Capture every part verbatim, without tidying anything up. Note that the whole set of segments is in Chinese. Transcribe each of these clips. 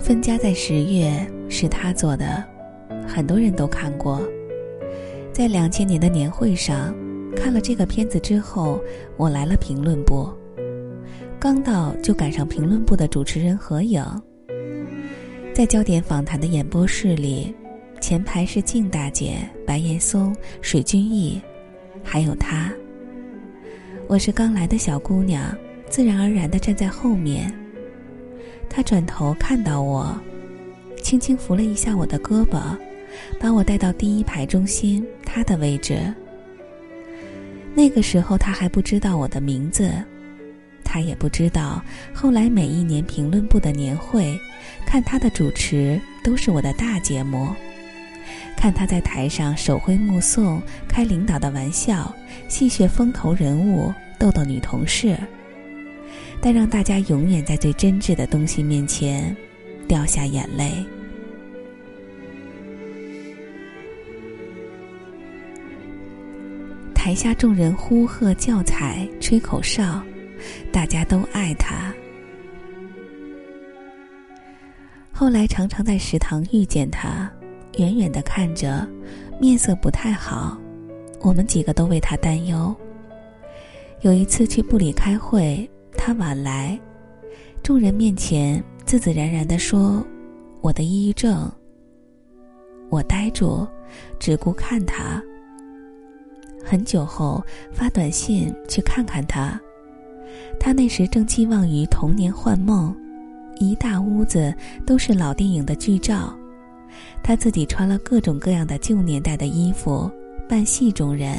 分家在十月是他做的，很多人都看过。在两千年的年会上，看了这个片子之后，我来了评论部。刚到就赶上评论部的主持人合影。在焦点访谈的演播室里，前排是静大姐、白岩松、水均益，还有他。我是刚来的小姑娘，自然而然地站在后面。他转头看到我，轻轻扶了一下我的胳膊，把我带到第一排中心他的位置。那个时候他还不知道我的名字，他也不知道后来每一年评论部的年会，看他的主持都是我的大节目，看他在台上手挥目送，开领导的玩笑，戏谑风头人物，逗逗女同事，但让大家永远在最真挚的东西面前掉下眼泪。台下众人呼喝叫彩，吹口哨，大家都爱他。后来常常在食堂遇见他，远远地看着，面色不太好，我们几个都为他担忧。有一次去部里开会，他晚来，众人面前自自然然地说我的抑郁症。我呆住，只顾看他。很久后发短信去看看他，他那时正寄望于童年幻梦，一大屋子都是老电影的剧照，他自己穿了各种各样的旧年代的衣服，扮戏中人。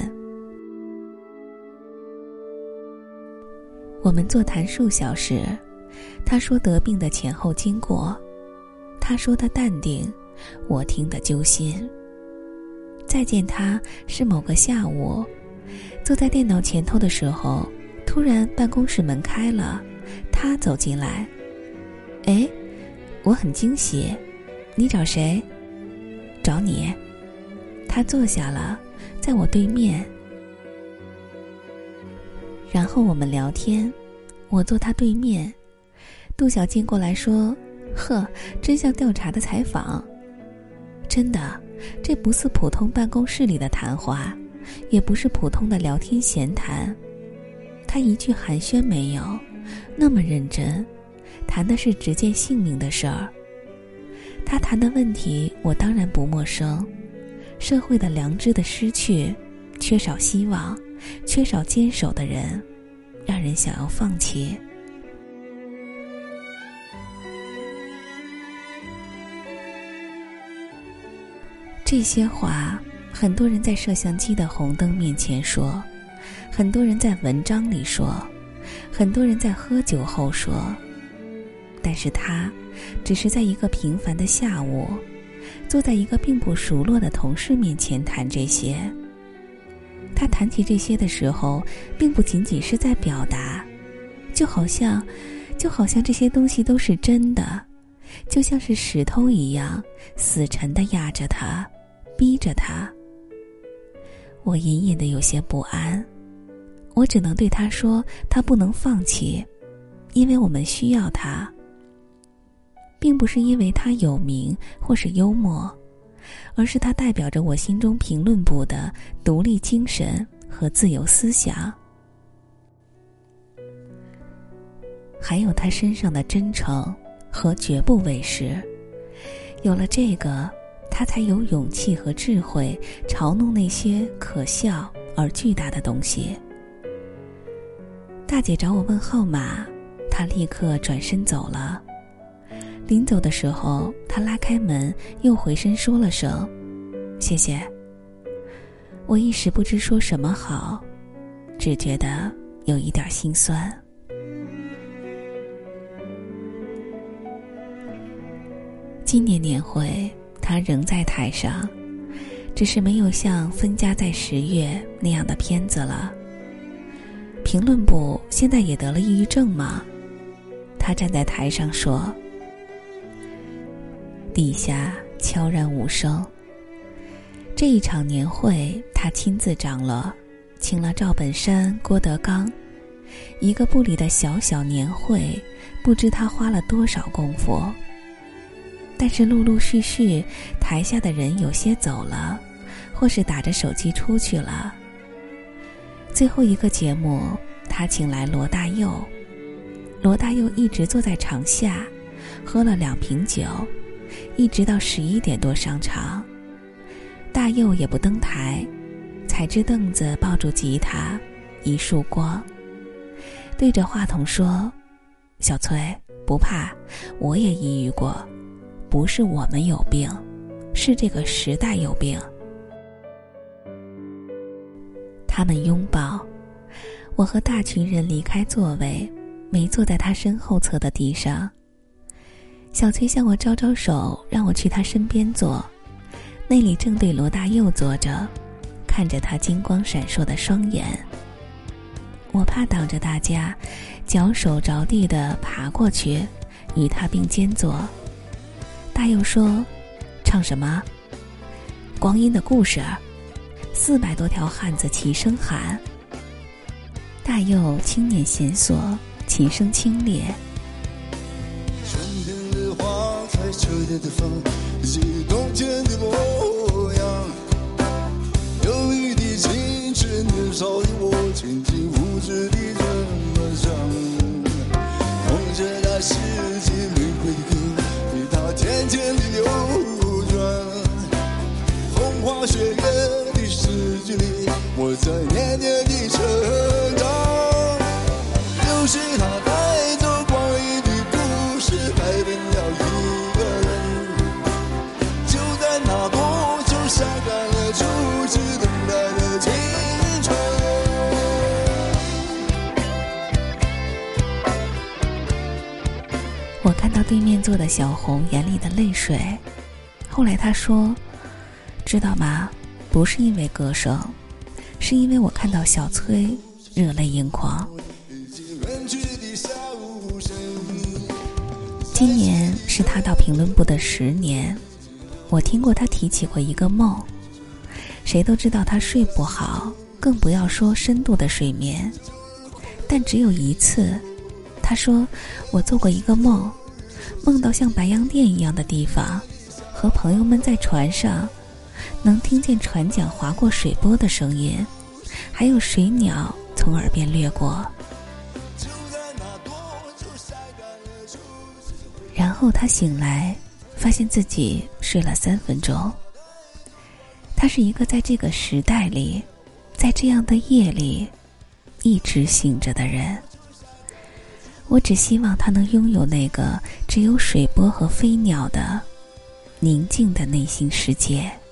我们座谈数小时，他说得病的前后经过，他说的淡定，我听得揪心。再见他是某个下午，坐在电脑前头的时候，突然办公室门开了，他走进来。哎，我很惊喜，你找谁？找你。他坐下了，在我对面。然后我们聊天，我坐他对面。杜小静过来说，呵，真像调查的采访。真的，这不是普通办公室里的谈话，也不是普通的聊天闲谈。他一句寒暄没有，那么认真，谈的是直见性命的事儿。他谈的问题我当然不陌生，社会的良知的失去，缺少希望，缺少坚守的人，让人想要放弃。这些话，很多人在摄像机的红灯面前说，很多人在文章里说，很多人在喝酒后说，但是他只是在一个平凡的下午，坐在一个并不熟络的同事面前谈这些。他谈起这些的时候，并不仅仅是在表达，就好像就好像这些东西都是真的，就像是石头一样死沉地压着他，逼着他。我隐隐的有些不安，我只能对他说，他不能放弃，因为我们需要他，并不是因为他有名或是幽默，而是他代表着我心中评论部的独立精神和自由思想，还有他身上的真诚和绝不畏视。有了这个，他才有勇气和智慧嘲弄那些可笑而巨大的东西。大姐找我问号码，他立刻转身走了。临走的时候，他拉开门，又回身说了声谢谢。我一时不知说什么好，只觉得有一点心酸。今年年会他仍在台上，只是没有像分家在十月那样的片子了。评论部现在也得了抑郁症吗？他站在台上说。地下悄然无声。这一场年会他亲自掌了，请了赵本山、郭德纲，一个部里的小小年会，不知他花了多少功夫。 但是陆陆续续台下的人有些走了，或是打着手机出去了。最后一个节目，他请来罗大佑，罗大佑一直坐在场下，喝了两瓶酒，一直到十一点多上场。大佑也不登台，踩着凳子抱住吉他，一束光，对着话筒说：小崔，不怕，我也抑郁过，不是我们有病，是这个时代有病。他们拥抱，我和大群人离开座位，没坐在他身后侧的地上。小崔向我招招手，让我去他身边坐，那里正对罗大佑坐着，看着他金光闪烁的双眼。我怕挡着大家，脚手着地地爬过去，与他并肩坐。大佑说：唱什么？光阴的故事。四百多条汉子齐声喊。大佑青年贤索，琴声清冽。 春天的花开，秋天的风，记忆冬天的模样。有一滴青春，年少的我，前进无知地这么想。望着那世界轮回的歌，给它渐渐地流转。风花雪月的世界里，我在年年地成长。流水它带走光阴的故事，改变了一个人。就在那多久晒干了初次等待的青春。 我看到对面坐的小红眼里的泪水，后来她说：知道吗？不是因为歌声，是因为我看到小崔热泪盈眶。今年是他到评论部的十年，我听过他提起过一个梦。谁都知道他睡不好，更不要说深度的睡眠。但只有一次，他说：我做过一个梦，梦到像白洋淀一样的地方，和朋友们在船上，能听见船桨划过水波的声音，还有水鸟从耳边掠过。然后他醒来，发现自己睡了三分钟。他是一个在这个时代里，在这样的夜里，一直醒着的人。我只希望他能拥有那个只有水波和飞鸟的宁静的内心世界。